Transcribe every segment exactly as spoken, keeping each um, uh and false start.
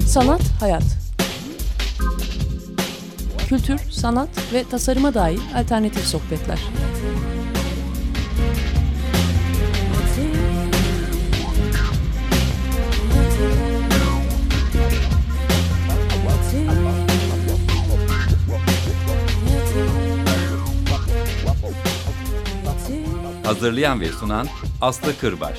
Sanat, hayat. Kültür, sanat ve tasarıma dair alternatif sohbetler. Hazırlayan ve sunan Aslı Kırbaş.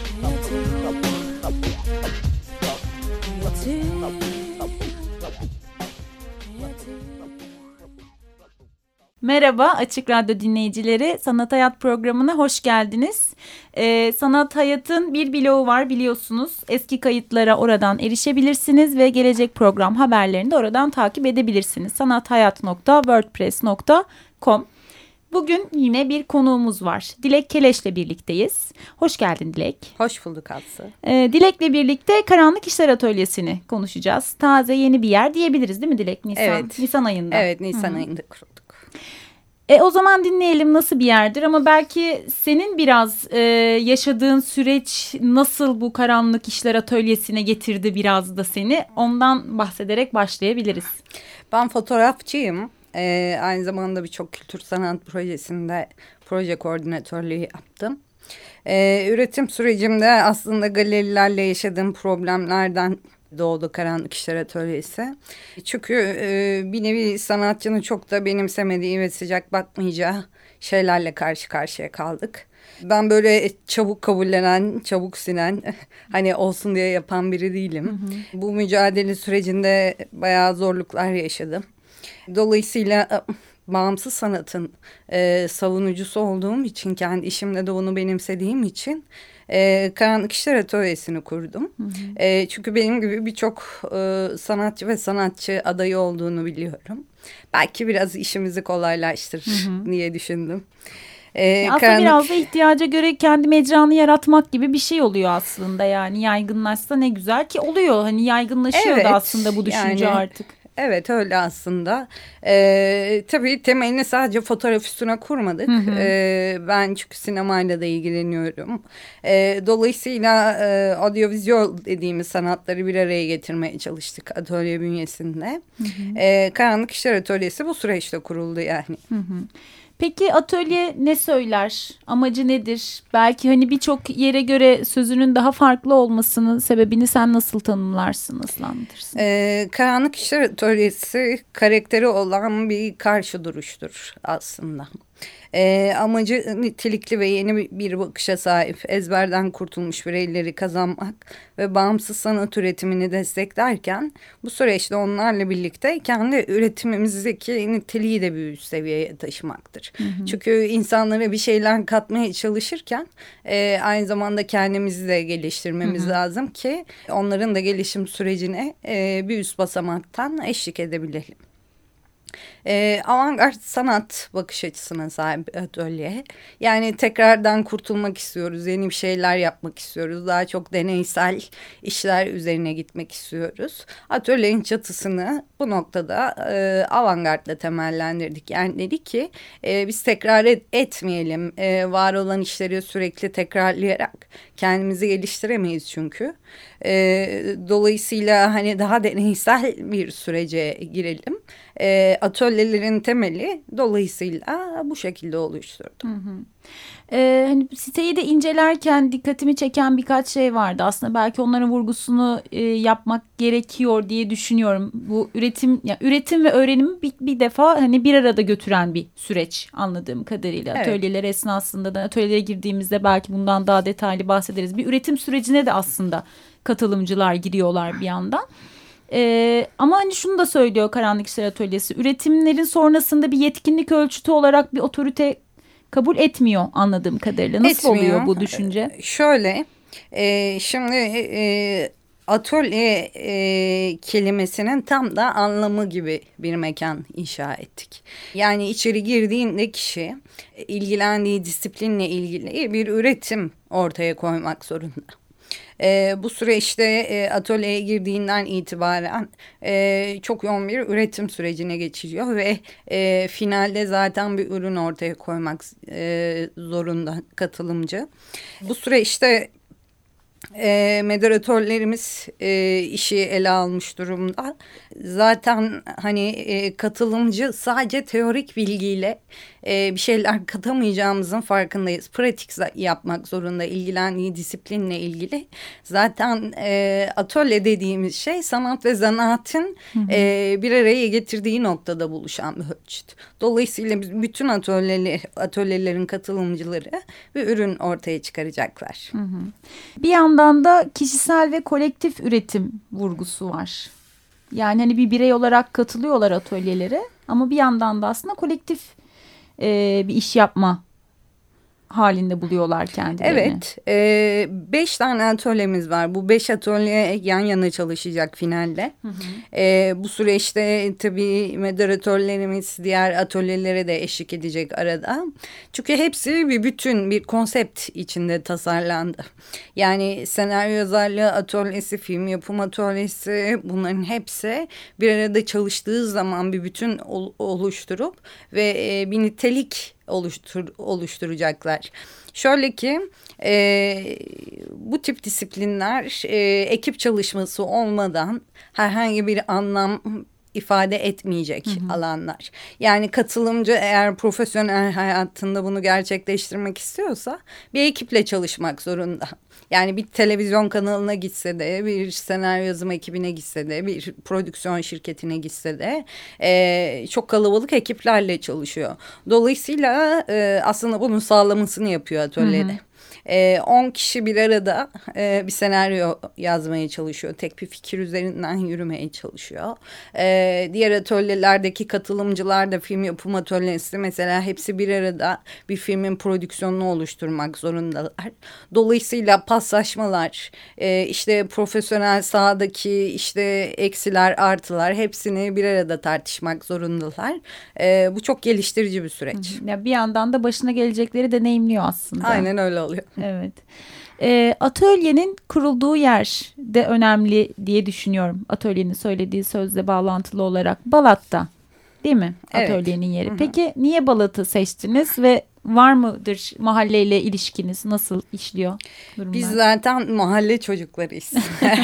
Merhaba Açık Radyo dinleyicileri, Sanat Hayat programına hoş geldiniz. Ee, Sanat Hayat'ın bir blogu var biliyorsunuz. Eski kayıtlara oradan erişebilirsiniz ve gelecek program haberlerini de oradan takip edebilirsiniz. sanathayat nokta wordpress nokta com. Bugün yine bir konuğumuz var. Dilek Keleş'le birlikteyiz. Hoş geldin Dilek. Hoş bulduk Aslı. Ee, Dilek'le birlikte Karanlık İşler Atölyesi'ni konuşacağız. Taze yeni bir yer diyebiliriz değil mi Dilek? Nisan, evet. Nisan ayında. Evet Nisan Hı-hı. ayında kurulduk. E, o zaman dinleyelim nasıl bir yerdir ama belki senin biraz e, yaşadığın süreç nasıl bu Karanlık İşler Atölyesi'ne getirdi biraz da seni. Ondan bahsederek başlayabiliriz. Ben fotoğrafçıyım. Ee, aynı zamanda birçok kültür sanat projesinde proje koordinatörlüğü yaptım. Ee, üretim sürecimde aslında galerilerle yaşadığım problemlerden doğdu Karanlık İşler Atölyesi. Çünkü e, bir nevi sanatçının çok da benimsemediği ve sıcak bakmayacağı şeylerle karşı karşıya kaldık. Ben böyle çabuk kabullenen, çabuk sinen, hani olsun diye yapan biri değilim. Hı hı. Bu mücadele sürecinde bayağı zorluklar yaşadım. Dolayısıyla bağımsız sanatın e, savunucusu olduğum için, kendi işimde de onu benimsediğim için e, Karanlık İşler Atölyesi'ni kurdum. Hı hı. E, çünkü benim gibi birçok e, sanatçı ve sanatçı adayı olduğunu biliyorum. Belki biraz işimizi kolaylaştırır hı hı. diye düşündüm. Ee, aslında karanlık... biraz da ihtiyaca göre kendi mecranı yaratmak gibi bir şey oluyor aslında, yani yaygınlaşsa ne güzel ki oluyor, hani yaygınlaşıyor evet, da aslında bu düşünce yani... artık. Evet öyle aslında. Ee, tabii temelini sadece fotoğraf üstüne kurmadık. Hı hı. Ee, ben çünkü sinemayla da ilgileniyorum. Ee, dolayısıyla e, audiovizyon dediğimiz sanatları bir araya getirmeye çalıştık atölye bünyesinde. Hı hı. Ee, Karanlık İşler Atölyesi bu süreçte kuruldu yani. Hı hı. Peki atölye ne söyler? Amacı nedir? Belki hani birçok yere göre sözünün daha farklı olmasının sebebini sen nasıl tanımlarsın, nasıl anlatırsın? Ee, Karanlık İşler Atölyesi karakteri olan bir karşı duruştur aslında. Ee, amacı nitelikli ve yeni bir bakışa sahip, ezberden kurtulmuş bireyleri kazanmak ve bağımsız sanat üretimini desteklerken bu süreçte onlarla birlikte kendi üretimimizdeki niteliği de bir üst seviyeye taşımaktır. Hı hı. Çünkü insanlara bir şeyler katmaya çalışırken e, aynı zamanda kendimizi de geliştirmemiz hı hı. lazım ki onların da gelişim sürecine e, bir üst basamaktan eşlik edebilelim. E, avantgard sanat bakış açısına sahip atölye. Yani tekrardan kurtulmak istiyoruz, yeni bir şeyler yapmak istiyoruz. Daha çok deneysel işler üzerine gitmek istiyoruz. Atölyenin çatısını bu noktada e, avantgardla temellendirdik. Yani dedik ki e, biz tekrar et, etmeyelim. E, var olan işleri sürekli tekrarlayarak kendimizi geliştiremeyiz çünkü. E, dolayısıyla hani daha deneysel bir sürece girelim. E, atölyelerin temeli dolayısıyla bu şekilde oluşturdum. Hı hı. Ee, hani siteyi de incelerken dikkatimi çeken birkaç şey vardı. Aslında belki onların vurgusunu e, yapmak gerekiyor diye düşünüyorum. Bu üretim, yani üretim ve öğrenimi bir, bir defa hani bir arada götüren bir süreç anladığım kadarıyla. Evet. Atölyeler esnasında da atölyelere girdiğimizde belki bundan daha detaylı bahsederiz. Bir üretim sürecine de aslında katılımcılar giriyorlar bir yandan. Ee, ama hani şunu da söylüyor Karanlık İşler Atölyesi, üretimlerin sonrasında bir yetkinlik ölçütü olarak bir otorite kabul etmiyor anladığım kadarıyla. Nasıl etmiyor. Oluyor bu düşünce? Şöyle e, şimdi e, atölye e, kelimesinin tam da anlamı gibi bir mekan inşa ettik. Yani içeri girdiğinde kişi ilgilendiği disiplinle ilgili bir üretim ortaya koymak zorunda. E, bu süreçte e, atölyeye girdiğinden itibaren e, çok yoğun bir üretim sürecine geçiliyor ve e, finalde zaten bir ürün ortaya koymak e, zorunda katılımcı. Bu süreçte E, moderatörlerimiz e, işi ele almış durumda. Zaten hani e, katılımcı sadece teorik bilgiyle e, bir şeyler katamayacağımızın farkındayız. Pratik yapmak zorunda, ilgilendiği disiplinle ilgili. Zaten e, atölye dediğimiz şey sanat ve zanaatın e, bir araya getirdiği noktada buluşan bir ölçüt. Dolayısıyla bütün atölyeler, atölyelerin katılımcıları bir ürün ortaya çıkaracaklar. Hı hı. Bir yandan da kişisel ve kolektif üretim vurgusu var. Yani hani bir birey olarak katılıyorlar atölyelere ama bir yandan da aslında kolektif e, bir iş yapma halinde buluyorlar kendilerini. Evet, e, beş tane atölyemiz var. Bu beş atölye yan yana çalışacak finalde. Hı hı. E, bu süreçte tabii moderatörlerimiz diğer atölyelere de eşlik edecek arada. Çünkü hepsi bir bütün, bir konsept içinde tasarlandı. Yani senaryo yazarlığı atölyesi, film yapım atölyesi, bunların hepsi bir arada çalıştığı zaman bir bütün oluşturup ve e, bir nitelik oluştur, oluşturacaklar. Şöyle ki e, bu tip disiplinler e, ekip çalışması olmadan herhangi bir anlam ifade etmeyecek hı hı. alanlar. Yani katılımcı eğer profesyonel hayatında bunu gerçekleştirmek istiyorsa bir ekiple çalışmak zorunda. Yani bir televizyon kanalına gitse de, bir senaryo yazım ekibine gitse de, bir prodüksiyon şirketine gitse de e, çok kalabalık ekiplerle çalışıyor. Dolayısıyla e, aslında bunun sağlamasını yapıyor atölyede. Hı hı. on kişi bir arada e, bir senaryo yazmaya çalışıyor. Tek bir fikir üzerinden yürümeye çalışıyor. E, diğer atölyelerdeki katılımcılar da film yapım atölyesi mesela hepsi bir arada bir filmin prodüksiyonunu oluşturmak zorundalar. Dolayısıyla paslaşmalar, e, işte profesyonel sahadaki işte eksiler, artılar hepsini bir arada tartışmak zorundalar. E, bu çok geliştirici bir süreç. Ya bir yandan da başına gelecekleri deneyimliyor aslında. Aynen öyle oluyor. Evet. E, atölyenin kurulduğu yer de önemli diye düşünüyorum. Atölyenin söylediği sözle bağlantılı olarak Balat'ta, değil mi? Evet. Atölyenin yeri. Hı hı. Peki niye Balat'ı seçtiniz ve var mıdır mahalleyle ilişkiniz? Nasıl işliyor durumlar? Biz zaten mahalle çocuklarıyız.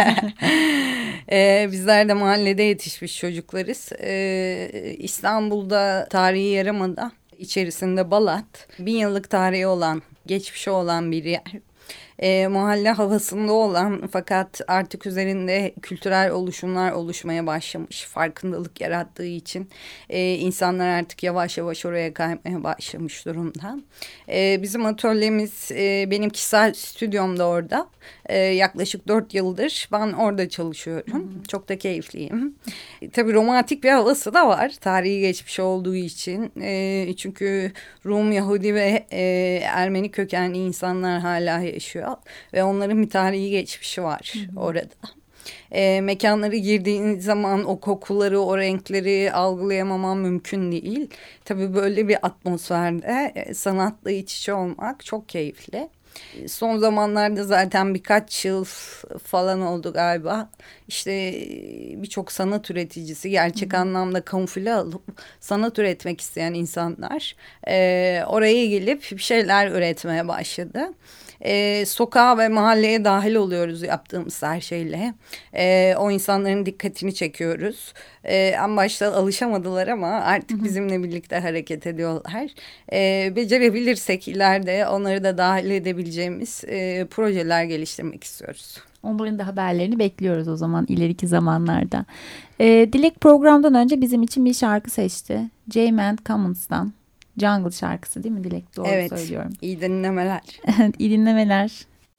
ee, bizler de mahallede yetişmiş çocuklarız. Ee, İstanbul'da tarihi Yarımada içerisinde Balat, bin yıllık tarihi olan, geçmişi olan bir yer. E, mahalle havasında olan fakat artık üzerinde kültürel oluşumlar oluşmaya başlamış. Farkındalık yarattığı için e, insanlar artık yavaş yavaş oraya kaymaya başlamış durumda. E, bizim atölyemiz e, benim kişisel stüdyom da orada. E, yaklaşık dört yıldır ben orada çalışıyorum. Hmm. Çok da keyifliyim. E, tabii romantik bir havası da var. Tarihi geçmiş olduğu için. E, çünkü Rum, Yahudi ve e, Ermeni kökenli insanlar hala yaşıyor. Ve onların bir tarihi geçmişi var hı hı. orada. E, mekanları girdiğiniz zaman o kokuları, o renkleri algılayamamam mümkün değil. Tabii böyle bir atmosferde e, sanatla iç içe olmak çok keyifli. Son zamanlarda zaten birkaç yıl falan oldu galiba. İşte birçok sanat üreticisi gerçek Hı. anlamda kamufle alıp sanat üretmek isteyen insanlar e, oraya gelip bir şeyler üretmeye başladı. E, sokağa ve mahalleye dahil oluyoruz yaptığımız her şeyle. E, o insanların dikkatini çekiyoruz. E, en başta alışamadılar ama artık Hı-hı. bizimle birlikte hareket ediyorlar. E, becerebilirsek ileride onları da dahil edebileceğimiz e, projeler geliştirmek istiyoruz. Onların da haberlerini bekliyoruz o zaman ileriki zamanlarda. E, Dilek programdan önce bizim için bir şarkı seçti. J-Man Commons'tan. Jungle şarkısı değil mi Dilek? Doğru evet, söylüyorum. Evet. İyi dinlemeler. İyi dinlemeler.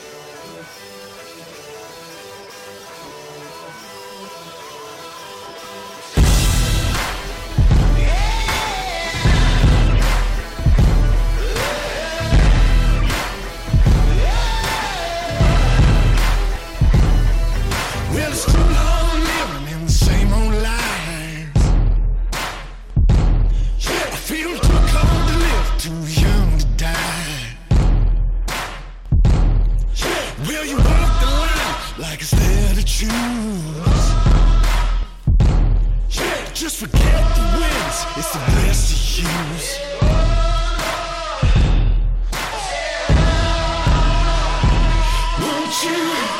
Like it's there to choose. Just forget the wins, it's the best to use. Won't you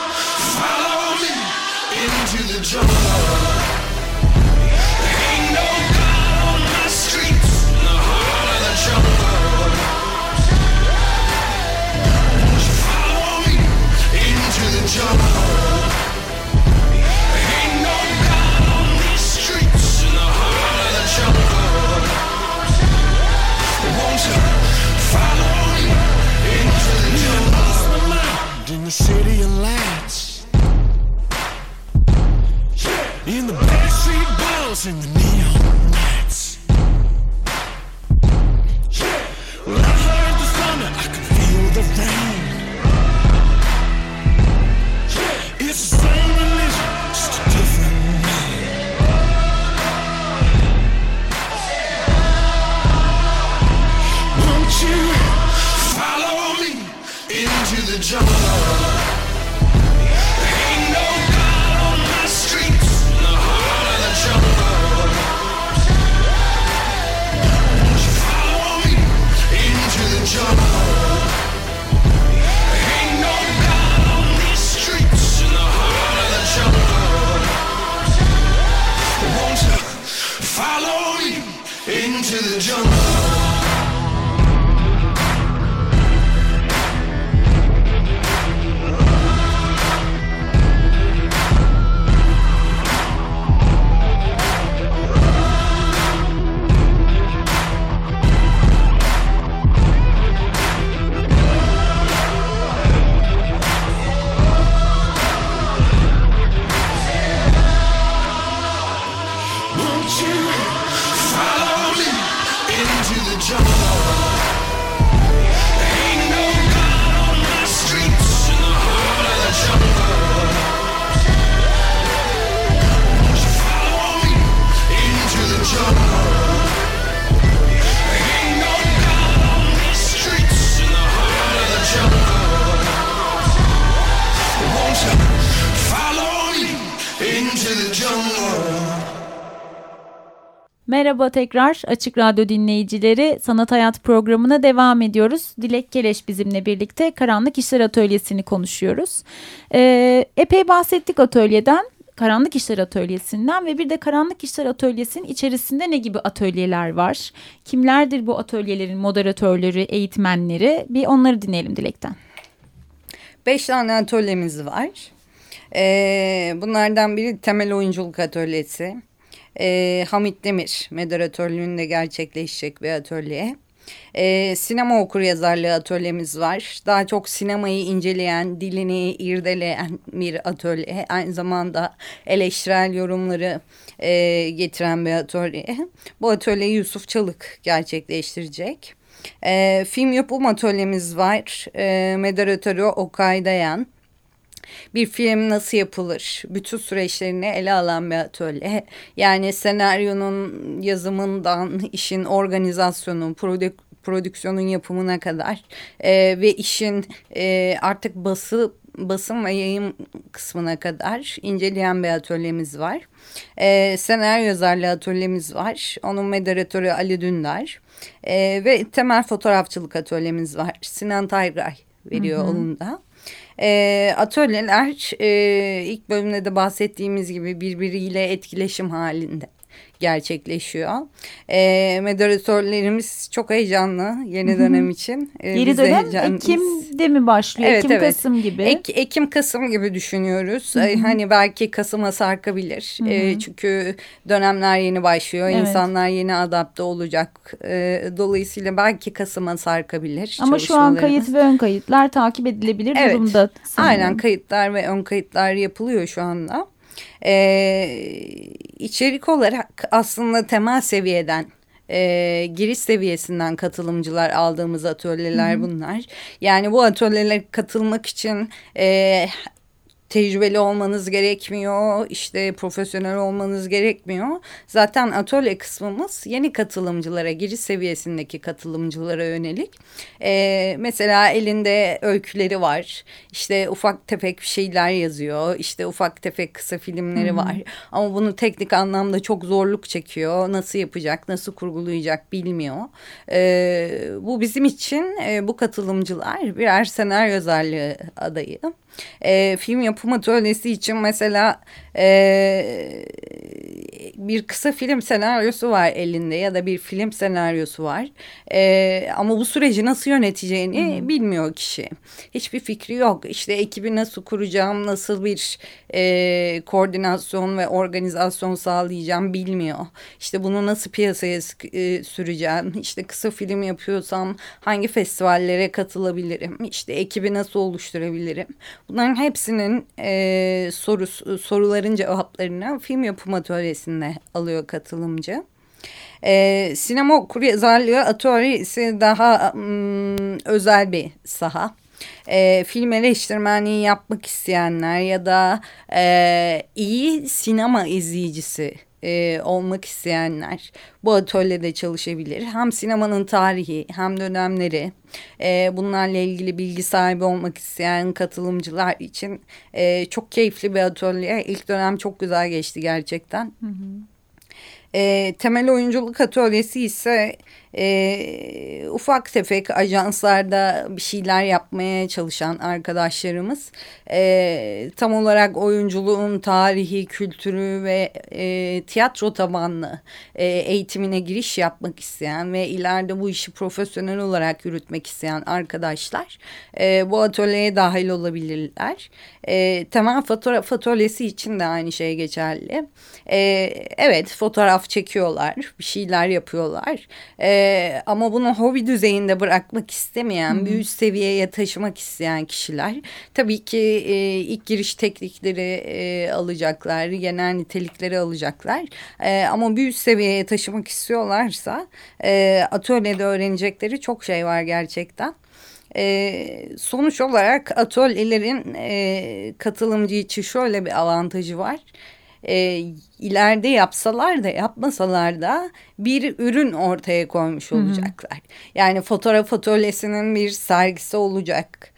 into the jungle. Ain't no God on my streets in the heart of the jungle. Follow me into the jungle. Ain't no God on these streets in the heart of the jungle. Won't you follow me into the jungle? In the city of lights, in the backstreet balls, in the neon nights. When I heard the thunder, I could feel the rain. It's the same religion, just a different name. Won't you follow me into the jungle? Ain't no God on my streets in the heart of the jungle. Follow me into the jungle. Ain't no God on these streets in the heart of the jungle. Won't you follow me into the jungle? Won't you follow me into the jungle? Ain't no God on my streets in the heart of the jungle. Follow me into the jungle. Ain't no God on these streets in the heart of the jungle. Won't you follow me into the jungle? Merhaba tekrar Açık Radyo dinleyicileri. Sanat Hayat programına devam ediyoruz. Dilek Keleş bizimle birlikte Karanlık İşler Atölyesi'ni konuşuyoruz. Ee, epey bahsettik atölyeden, Karanlık İşler Atölyesi'nden ve bir de Karanlık İşler Atölyesi'nin içerisinde ne gibi atölyeler var? Kimlerdir bu atölyelerin moderatörleri, eğitmenleri? Bir onları dinleyelim Dilek'ten. Beş tane atölyemiz var. Ee, bunlardan biri temel oyunculuk atölyesi. Ee, Hamit Demir moderatörlüğünde gerçekleşecek bir atölye. Ee, sinema okuryazarlığı atölyemiz var. Daha çok sinemayı inceleyen, dilini irdeleyen bir atölye. Aynı zamanda eleştirel yorumları e, getiren bir atölye. Bu atölyeyi Yusuf Çalık gerçekleştirecek. Ee, film yapım atölyemiz var. Ee, moderatörü Okay Dayan. Bir film nasıl yapılır? Bütün süreçlerini ele alan bir atölye. Yani senaryonun yazımından, işin organizasyonu, prodük prodüksiyonun yapımına kadar e, ve işin e, artık bası, basın ve yayın kısmına kadar inceleyen bir atölyemiz var. E, senaryo yazarlığı atölyemiz var. Onun moderatörü Ali Dündar. E, ve temel fotoğrafçılık atölyemiz var. Sinan Taygay veriyor onun da. E, atölyeler e, ilk bölümde de bahsettiğimiz gibi birbiriyle etkileşim halinde gerçekleşiyor. E, moderatörlerimiz çok heyecanlı yeni dönem için. E, Yeni dönem Ekim'de mi başlıyor? Evet, Ekim, evet. Kasım gibi. Ek, Ekim, Kasım gibi düşünüyoruz. E, hani belki Kasım'a sarkabilir. E, çünkü dönemler yeni başlıyor. Evet. İnsanlar yeni adapte olacak. E, dolayısıyla belki Kasım'a sarkabilir. Ama şu an kayıt ve ön kayıtlar takip edilebilir evet, durumda. Sanırım. Aynen kayıtlar ve ön kayıtlar yapılıyor şu anda. Ee, içerik olarak aslında temel seviyeden e, giriş seviyesinden katılımcılar aldığımız atölyeler Hı-hı. bunlar. Yani bu atölyelere katılmak için e, tecrübeli olmanız gerekmiyor, işte profesyonel olmanız gerekmiyor. Zaten atölye kısmımız yeni katılımcılara, giriş seviyesindeki katılımcılara yönelik. Ee, mesela elinde öyküleri var, işte ufak tefek bir şeyler yazıyor, işte ufak tefek kısa filmleri Hı-hı. var. Ama bunu teknik anlamda çok zorluk çekiyor, nasıl yapacak, nasıl kurgulayacak bilmiyor. Ee, bu bizim için e, bu katılımcılar birer senaryo yazarlığı adayı. E, film yapım atölyesi için mesela e, bir kısa film senaryosu var elinde ya da bir film senaryosu var. E, ama bu süreci nasıl yöneteceğini hmm. bilmiyor kişi. Hiçbir fikri yok. İşte ekibi nasıl kuracağım, nasıl bir e, koordinasyon ve organizasyon sağlayacağım bilmiyor. İşte bunu nasıl piyasaya e, süreceğim. İşte kısa film yapıyorsam hangi festivallere katılabilirim. İşte ekibi nasıl oluşturabilirim. Bunların hepsinin e, sorusu, soruların cevaplarını film yapım atölyesinde alıyor katılımcı. Ee, sinema okuryazarlığı atölyesi daha mm, özel bir saha. Ee, film eleştirmenliği yapmak isteyenler ya da e, iyi sinema izleyicisi e, olmak isteyenler bu atölyede çalışabilir. Hem sinemanın tarihi hem dönemleri, e, bunlarla ilgili bilgi sahibi olmak isteyen katılımcılar için e, çok keyifli bir atölye. İlk dönem çok güzel geçti gerçekten. Hı hı. E, temel oyunculuk atölyesi ise e, ufak tefek ajanslarda bir şeyler yapmaya çalışan arkadaşlarımız e, tam olarak oyunculuğun tarihi, kültürü ve e, tiyatro tabanlı e, eğitimine giriş yapmak isteyen ve ileride bu işi profesyonel olarak yürütmek isteyen arkadaşlar e, bu atölyeye dahil olabilirler. E, temel fotoğraf atölyesi için de aynı şey geçerli. E, evet, fotoğraf çekiyorlar, bir şeyler yapıyorlar. Ee, ama bunu hobi düzeyinde bırakmak istemeyen, hmm. bir üst seviyeye taşımak isteyen kişiler tabii ki e, ilk giriş teknikleri e, alacaklar, genel nitelikleri alacaklar. E, ama bir üst seviyeye taşımak istiyorlarsa e, atölyede öğrenecekleri çok şey var gerçekten. Ee, sonuç olarak atölyelerin e, katılımcı için şöyle bir avantajı var. E, ileride yapsalar da yapmasalar da bir ürün ortaya koymuş olacaklar. Hı hı. Yani fotoğraf atölyesinin bir sergisi olacak.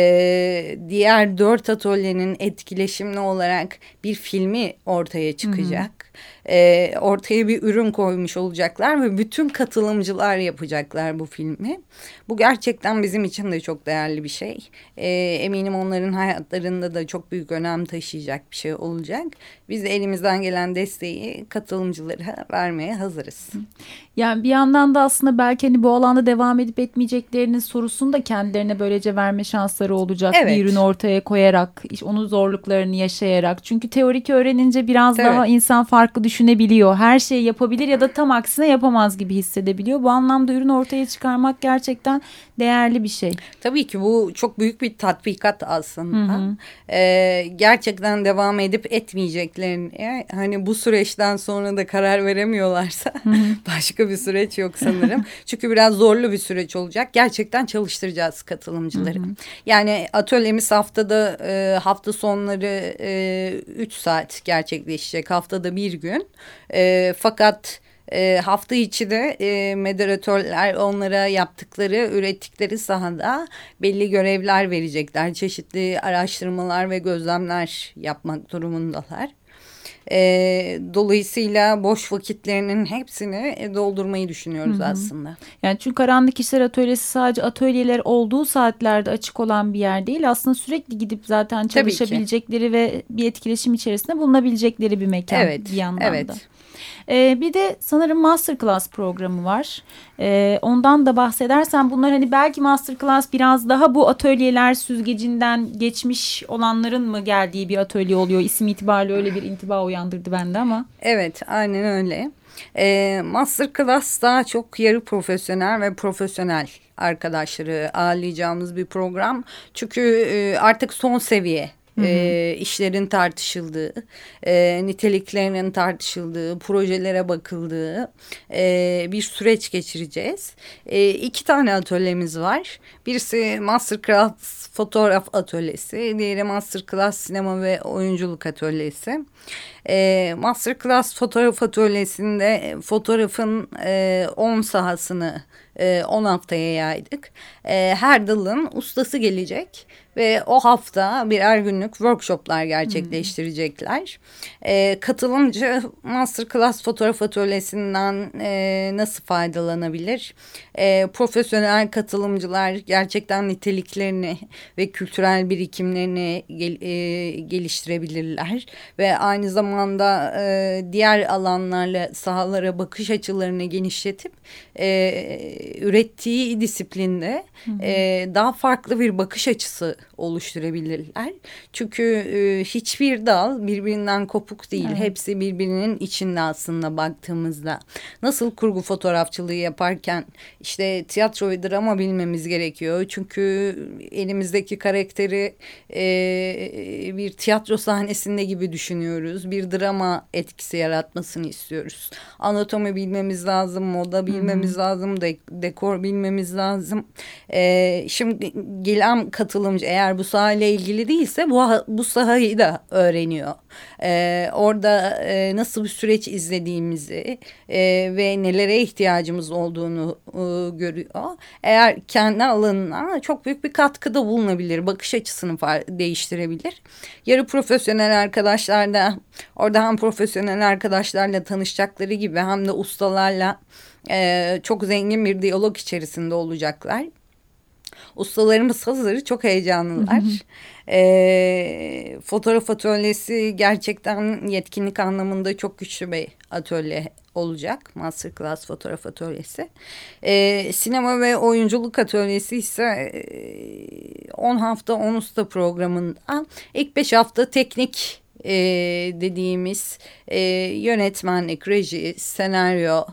Ee, diğer dört atölyenin etkileşimli olarak bir filmi ortaya çıkacak. Hı hı. Ee, ortaya bir ürün koymuş olacaklar ve bütün katılımcılar yapacaklar bu filmi. Bu gerçekten bizim için de çok değerli bir şey. Ee, eminim onların hayatlarında da çok büyük önem taşıyacak bir şey olacak. Biz de elimizden gelen desteği katılımcılara vermeye hazırız. Yani bir yandan da aslında belki hani bu alanda devam edip etmeyeceklerinin sorusunu da kendilerine böylece verme şansları olacak. Evet. Bir ürün ortaya koyarak, onun zorluklarını yaşayarak. Çünkü teorik öğrenince biraz evet. daha insan farklı düşünebiliyor. Her şeyi yapabilir ya da tam aksine yapamaz gibi hissedebiliyor. Bu anlamda ürün ortaya çıkarmak gerçekten değerli bir şey. Tabii ki bu çok büyük bir tatbikat aslında. Hı hı. Ee, gerçekten devam edip etmeyeceklerini, hani bu süreçten sonra da karar veremiyorlarsa hı hı. başka bir süreç yok sanırım. Çünkü biraz zorlu bir süreç olacak. Gerçekten çalıştıracağız katılımcıları. Hı hı. Yani atölyemiz haftada e, hafta sonları e, üç saat gerçekleşecek. Haftada bir gün. E, fakat E, hafta içi de e, moderatörler onlara yaptıkları, ürettikleri sahada belli görevler verecekler. Çeşitli araştırmalar ve gözlemler yapmak durumundalar. E, dolayısıyla boş vakitlerinin hepsini doldurmayı düşünüyoruz Hı-hı. aslında. Yani çünkü Karanlık İşler Atölyesi sadece atölyeler olduğu saatlerde açık olan bir yer değil. Aslında sürekli gidip zaten çalışabilecekleri ve bir etkileşim içerisinde bulunabilecekleri bir mekan evet, bir yandan evet. da. Ee, bir de sanırım masterclass programı var. Ee, ondan da bahsedersen bunlar hani belki masterclass biraz daha bu atölyeler süzgecinden geçmiş olanların mı geldiği bir atölye oluyor. İsim itibariyle öyle bir intiba uyandırdı bende ama. Evet, aynen öyle. Ee, masterclass daha çok yarı profesyonel ve profesyonel arkadaşları ağırlayacağımız bir program. Çünkü e, artık son seviye. Hı hı. E, işlerin tartışıldığı, e, niteliklerinin tartışıldığı, projelere bakıldığı e, bir süreç geçireceğiz. E, iki tane atölyemiz var. Birisi Masterclass Fotoğraf Atölyesi, diğeri Masterclass Sinema ve Oyunculuk Atölyesi. E, Masterclass Fotoğraf Atölyesi'nde fotoğrafın e, on sahasını on haftaya yaydık. E, her dalın ustası gelecek ve o hafta birer günlük workshoplar gerçekleştirecekler. Hmm. E, katılımcı Masterclass fotoğraf atölyesinden e, nasıl faydalanabilir? E, profesyonel katılımcılar gerçekten niteliklerini ve kültürel birikimlerini gel, e, geliştirebilirler ve aynı zamanda e, diğer alanlarla sahalara bakış açılarını genişletip e, ürettiği disiplinde e, daha farklı bir bakış açısı oluşturabilirler. Çünkü e, hiçbir dal birbirinden kopuk değil. Evet. Hepsi birbirinin içinde aslında baktığımızda. Nasıl kurgu fotoğrafçılığı yaparken işte tiyatro ve drama bilmemiz gerekiyor. Çünkü elimizdeki karakteri e, bir tiyatro sahnesinde gibi düşünüyoruz. Bir drama etkisi yaratmasını istiyoruz. Anatomi bilmemiz lazım, moda bilmemiz Hı-hı. lazım, de- dekor bilmemiz lazım. E, şimdi gelen katılımcı eğer bu sahayla ilgili değilse bu, bu sahayı da öğreniyor. E, orada e, nasıl bir süreç izlediğimizi e, ve nelere ihtiyacımız olduğunu e, görüyor. Eğer kendi alanına çok büyük bir katkıda bulunabilir, bakış açısını değiştirebilir. Yarı profesyonel arkadaşlar da orada hem profesyonel arkadaşlarla tanışacakları gibi hem de ustalarla e, çok zengin bir diyalog içerisinde olacaklar. Ustalarımız hazır, çok heyecanlılar. e, fotoğraf atölyesi gerçekten yetkinlik anlamında çok güçlü bir atölye olacak. Masterclass fotoğraf atölyesi. E, sinema ve oyunculuk atölyesi ise on hafta on usta programında ilk beş hafta teknik e, dediğimiz e, yönetmenlik, reji, senaryo,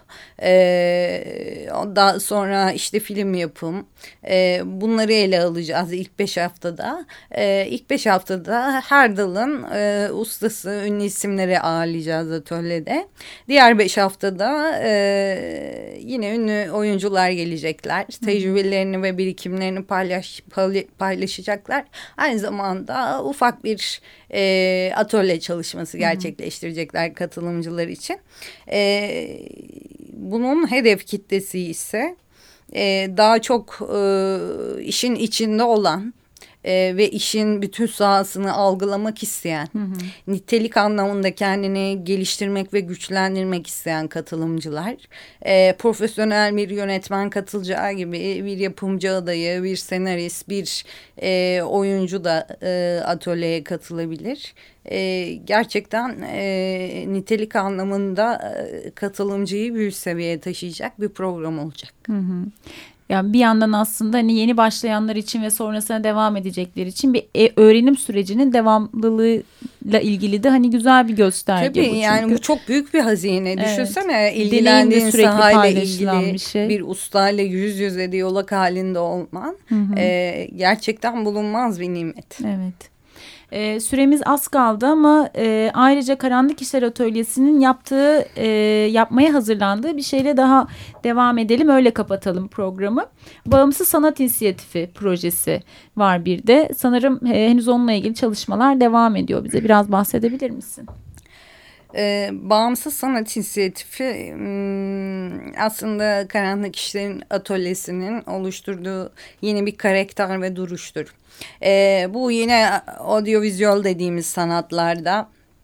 e, daha sonra işte film yapım, e, bunları ele alacağız ilk beş haftada. E, ilk beş haftada her dalın e, ustası, ünlü isimleri ağırlayacağız atölyede. Diğer beş haftada e, yine ünlü oyuncular gelecekler. Tecrübelerini ve birikimlerini paylaş, paylaşacaklar. Aynı zamanda ufak bir e, atölye çalışması gerçekleştirecekler katılımcılar için. E, bunun hedef kitlesi ise e, daha çok e, işin içinde olan e, ve işin bütün sahasını algılamak isteyen, hı hı. nitelik anlamında kendini geliştirmek ve güçlendirmek isteyen katılımcılar, e, profesyonel bir yönetmen katılacağı gibi bir yapımcı adayı, bir senarist, bir e, oyuncu da e, atölyeye katılabilir. E, gerçekten e, nitelik anlamında e, katılımcıyı bir seviyeye taşıyacak bir program olacak. Hı hı. Yani bir yandan aslında hani yeni başlayanlar için ve sonrasına devam edecekler için bir e, öğrenim sürecinin devamlılığıyla ilgili de hani güzel bir gösterge Tabii, bu çünkü. yani bu çok büyük bir hazine. Evet. Düşünsene ilgilendiğin sahayla ilgili bir, şey. bir ustayla yüz yüze diyalog halinde olman hı hı. E, gerçekten bulunmaz bir nimet. Evet. E, süremiz az kaldı ama e, ayrıca Karanlık İşler Atölyesi'nin yaptığı, e, yapmaya hazırlandığı bir şeyle daha devam edelim. Öyle kapatalım programı. Bağımsız Sanat İnisiyatifi projesi var bir de. Sanırım e, henüz onunla ilgili çalışmalar devam ediyor. Bize biraz bahsedebilir misin? Ee, Bağımsız Sanat İnisiyatifi aslında Karanlık İşler'in atölyesinin oluşturduğu yeni bir karakter ve duruştur. Ee, bu yine audiovizüel dediğimiz sanatlarda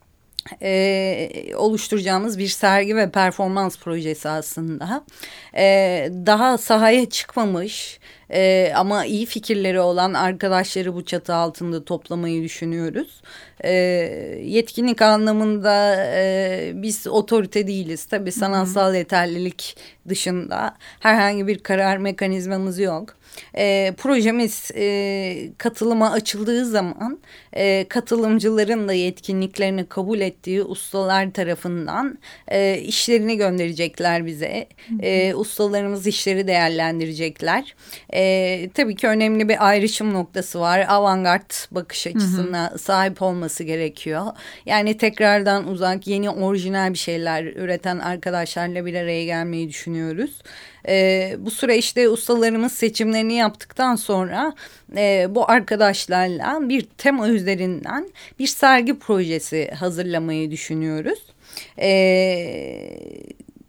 e, oluşturacağımız bir sergi ve performans projesi aslında. Ee, daha sahaya çıkmamış e, ama iyi fikirleri olan arkadaşları bu çatı altında toplamayı düşünüyoruz. E, yetkinlik anlamında e, biz otorite değiliz. Tabii sanatsal yeterlilik dışında herhangi bir karar mekanizmamız yok. E, projemiz e, katılıma açıldığı zaman e, katılımcıların da yetkinliklerini kabul ettiği ustalar tarafından e, işlerini gönderecekler bize. E, ustalarımız işleri değerlendirecekler. E, tabii ki önemli bir ayrışım noktası var. Avantgard bakış açısına hı hı. sahip olması gerekiyor. Yani tekrardan uzak, yeni, orijinal bir şeyler üreten arkadaşlarla bir araya gelmeyi düşünüyoruz. Ee, bu süreçte ustalarımız seçimlerini yaptıktan sonra e, bu arkadaşlarla bir tema üzerinden bir sergi projesi hazırlamayı düşünüyoruz. Ee,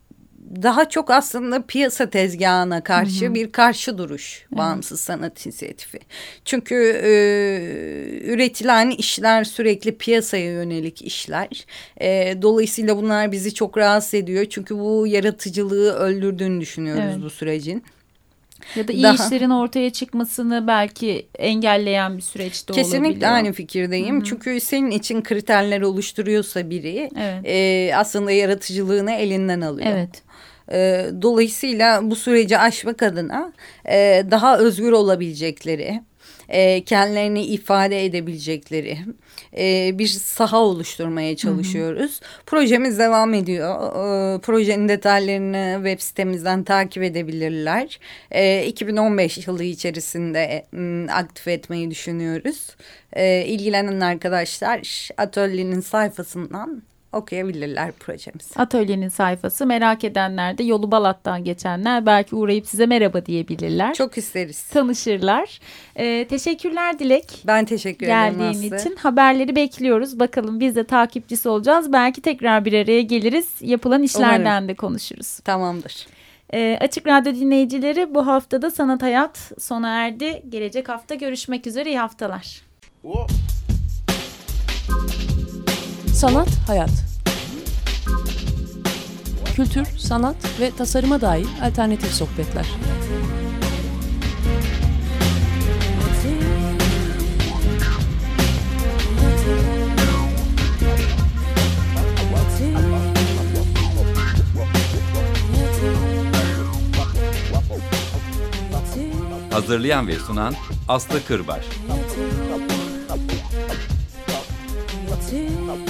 daha çok aslında piyasa tezgahına karşı Hı hı. bir karşı duruş bağımsız sanat inisiyatifi. Çünkü e, üretilen işler sürekli piyasaya yönelik işler. E, dolayısıyla bunlar bizi çok rahatsız ediyor. Çünkü bu yaratıcılığı öldürdüğünü düşünüyoruz Evet. bu sürecin. Ya da iyi Daha- işlerin ortaya çıkmasını belki engelleyen bir süreçte olabiliyor. Kesinlikle aynı fikirdeyim. Hı hı. Çünkü senin için kriterler oluşturuyorsa biri Evet. e, aslında yaratıcılığını elinden alıyor. Evet. E, dolayısıyla bu süreci aşmak adına e, daha özgür olabilecekleri, e, kendilerini ifade edebilecekleri e, bir saha oluşturmaya çalışıyoruz. Hı hı. Projemiz devam ediyor. E, projenin detaylarını web sitemizden takip edebilirler. E, iki bin on beş yılı içerisinde m, aktif etmeyi düşünüyoruz. E, ilgilenen arkadaşlar atölyenin sayfasından okuyabilirler projemizi. Atölyenin sayfası, merak edenler de yolu Balat'tan geçenler belki uğrayıp size merhaba diyebilirler. Çok isteriz. Tanışırlar. Ee, teşekkürler Dilek. Ben teşekkür ederim Geldiğin Aslı. için haberleri bekliyoruz. Bakalım biz de takipçisi olacağız. Belki tekrar bir araya geliriz. Yapılan işlerden Umarım. de konuşuruz. Tamamdır. Ee, Açık Radyo dinleyicileri, bu haftada Sanat Hayat sona erdi. Gelecek hafta görüşmek üzere. İyi haftalar. Sanat, hayat. Kültür, sanat ve tasarıma dair alternatif sohbetler. Hazırlayan ve sunan Aslı Kırbaş. Thank you.